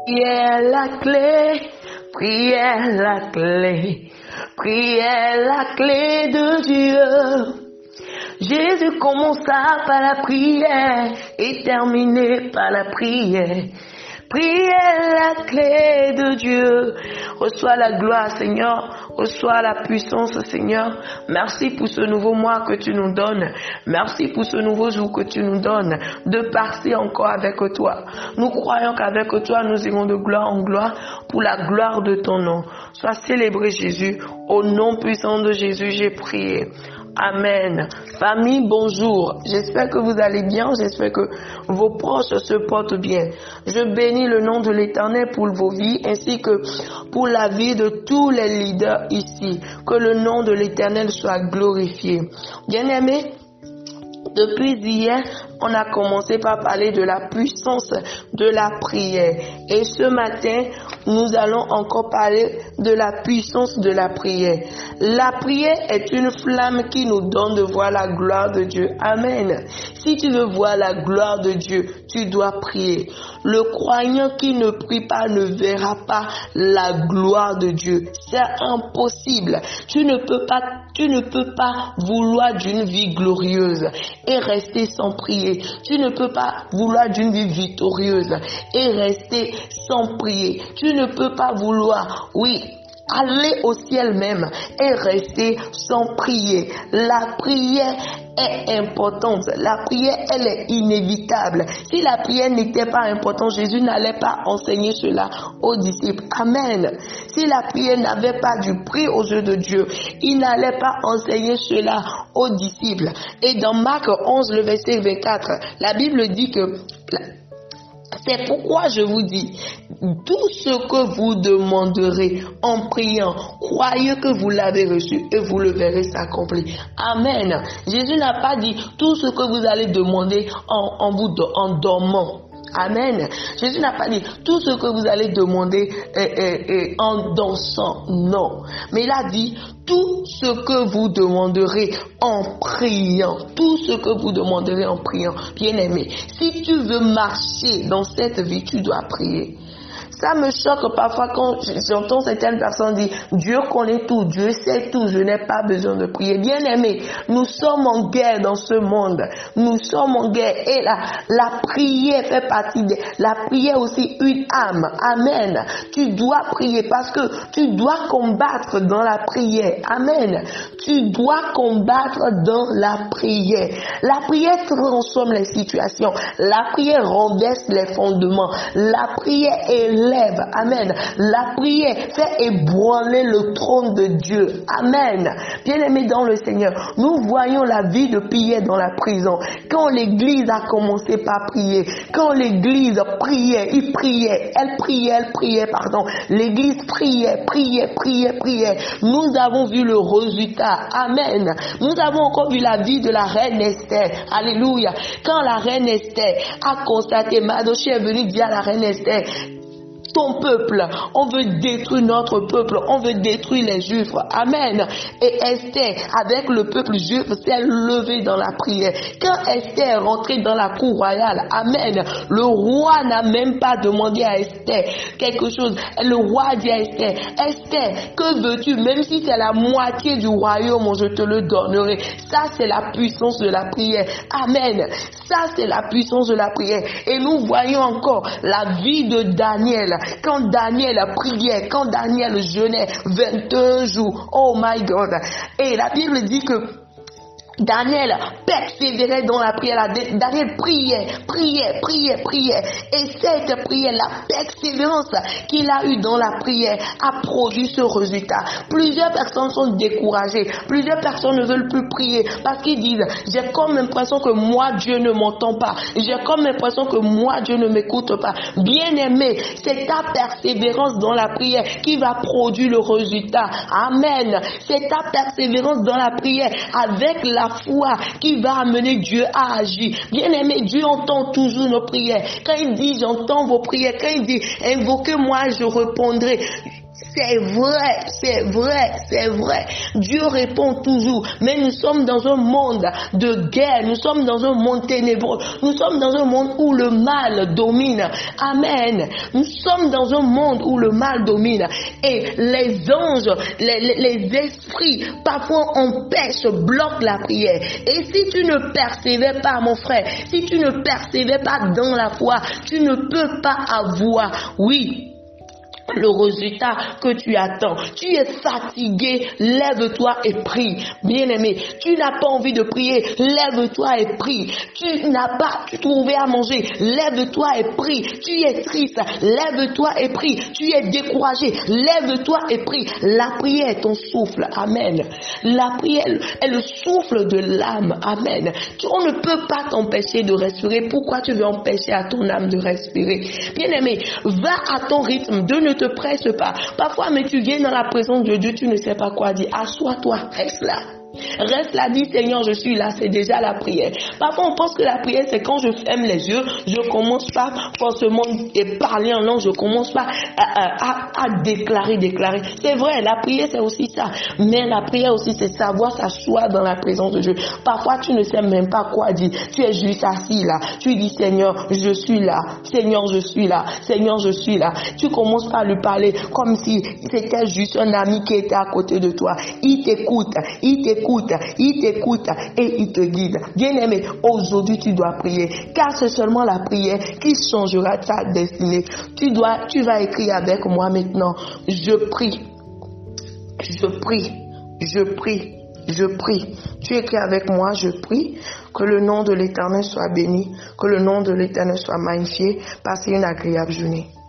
Prière la clé, prière la clé, prière la clé de Dieu. Jésus commença par la prière et terminait par la prière. Prière la clé de Dieu. Reçois la gloire, Seigneur. Reçois la puissance, Seigneur. Merci pour ce nouveau mois que tu nous donnes. Merci pour ce nouveau jour que tu nous donnes. De passer encore avec toi. Nous croyons qu'avec toi, nous irons de gloire en gloire pour la gloire de ton nom. Sois célébré, Jésus. Au nom puissant de Jésus, j'ai prié. Amen. Famille, bonjour. J'espère que vous allez bien. J'espère que vos proches se portent bien. Je bénis le nom de l'Éternel pour vos vies ainsi que pour la vie de tous les leaders ici. Que le nom de l'Éternel soit glorifié. Bien-aimés, depuis hier, on a commencé par parler de la puissance de la prière. Et ce matin, nous allons encore parler de la puissance de la prière. La prière est une flamme qui nous donne de voir la gloire de Dieu. Amen. Si tu veux voir la gloire de Dieu, tu dois prier. Le croyant qui ne prie pas ne verra pas la gloire de Dieu. C'est impossible. Tu ne peux pas vouloir d'une vie glorieuse et rester sans prier. Tu ne peux pas vouloir d'une vie victorieuse et rester sans prier. Tu ne peux pas vouloir, aller au ciel même et rester sans prier. La prière est importante. La prière, elle est inévitable. Si la prière n'était pas importante, Jésus n'allait pas enseigner cela aux disciples. Amen. Si la prière n'avait pas du prix aux yeux de Dieu, il n'allait pas enseigner cela aux disciples. Et dans Marc 11, le verset 24, la Bible dit que c'est pourquoi je vous dis, tout ce que vous demanderez en priant, croyez que vous l'avez reçu et vous le verrez s'accomplir. Amen. Jésus n'a pas dit tout ce que vous allez demander en dormant. Amen. Jésus n'a pas dit tout ce que vous allez demander en dansant. Non. Mais il a dit tout ce que vous demanderez en priant. Tout ce que vous demanderez en priant. Bien-aimé, si tu veux marcher dans cette vie, tu dois prier. Ça me choque parfois quand j'entends certaines personnes dire Dieu connaît tout, Dieu sait tout, je n'ai pas besoin de prier. Bien-aimé, nous sommes en guerre dans ce monde. Nous sommes en guerre et la prière fait partie de la prière aussi une âme. Amen. Tu dois prier parce que tu dois combattre dans la prière. Amen. Tu dois combattre dans la prière. La prière transforme les situations. La prière renverse les fondements. La prière élève. Amen. La prière fait ébranler le trône de Dieu. Amen. Bien-aimés dans le Seigneur, nous voyons la vie de Pierre dans la prison. Quand l'église a commencé par prier, quand l'église priait, elle priait, l'église priait. Nous avons vu le résultat. Amen. Nous avons encore vu la vie de la reine Esther. Alléluia. Quand la reine Esther a constaté, Mardochée est venu dire à la reine Esther, ton peuple, on veut détruire notre peuple, on veut détruire les Juifs. Amen. Et Esther, avec le peuple juif, s'est levée dans la prière. Quand Esther est rentrée dans la cour royale, amen, le roi n'a même pas demandé à Esther quelque chose. Le roi dit à Esther, Esther, que veux-tu? Même si c'est la moitié du royaume, je te le donnerai. Ça, c'est la puissance de la prière. Amen. Ça, c'est la puissance de la prière. Et nous voyons encore la vie de Daniel. Quand Daniel priait, quand Daniel jeûnait 21 jours, oh my God. Et la Bible dit que Daniel persévérait dans la prière. Daniel priait. Et cette prière, la persévérance qu'il a eue dans la prière a produit ce résultat. Plusieurs personnes sont découragées. Plusieurs personnes ne veulent plus prier parce qu'ils disent, j'ai comme l'impression que moi, Dieu ne m'entend pas. J'ai comme l'impression que moi, Dieu ne m'écoute pas. Bien-aimé, c'est ta persévérance dans la prière qui va produire le résultat. Amen. C'est ta persévérance dans la prière avec la foi qui va amener Dieu à agir. Bien-aimé, Dieu entend toujours nos prières. Quand il dit j'entends vos prières, quand il dit invoquez-moi, je répondrai. C'est vrai, c'est vrai, c'est vrai. Dieu répond toujours. Mais nous sommes dans un monde de guerre. Nous sommes dans un monde ténébreux. Nous sommes dans un monde où le mal domine. Amen. Nous sommes dans un monde où le mal domine. Et les anges, les esprits, parfois empêchent, bloquent la prière. Et si tu ne persévères pas, mon frère, si tu ne persévères pas dans la foi, tu ne peux pas avoir, oui, le résultat que tu attends. Tu es fatigué, lève-toi et prie. Bien-aimé, tu n'as pas envie de prier, lève-toi et prie. Tu n'as pas trouvé à manger, lève-toi et prie. Tu es triste, lève-toi et prie. Tu es découragé, lève-toi et prie. La prière est ton souffle, amen. La prière est le souffle de l'âme, amen. On ne peut pas t'empêcher de respirer. Pourquoi tu veux empêcher à ton âme de respirer? Bien-aimé, va à ton rythme, ne te presse pas. Parfois, mais tu viens dans la présence de Dieu, tu ne sais pas quoi dire. Assois-toi, reste là. Reste là, dis Seigneur, je suis là, c'est déjà la prière. Parfois, on pense que la prière, c'est quand je ferme les yeux, je commence pas forcément à parler en langue, je commence pas à déclarer. C'est vrai, la prière, c'est aussi ça. Mais la prière aussi, c'est savoir s'asseoir dans la présence de Dieu. Parfois, tu ne sais même pas quoi dire. Tu es juste assis là. Tu dis Seigneur, je suis là. Seigneur, je suis là. Seigneur, je suis là. Tu commences pas à lui parler comme si c'était juste un ami qui était à côté de toi. Il t'écoute et il te guide. Bien-aimé, aujourd'hui tu dois prier, car c'est seulement la prière qui changera ta destinée. Tu vas écrire avec moi maintenant. Je prie. Tu écris avec moi, je prie. Que le nom de l'Éternel soit béni, que le nom de l'Éternel soit magnifié. Passez une agréable journée.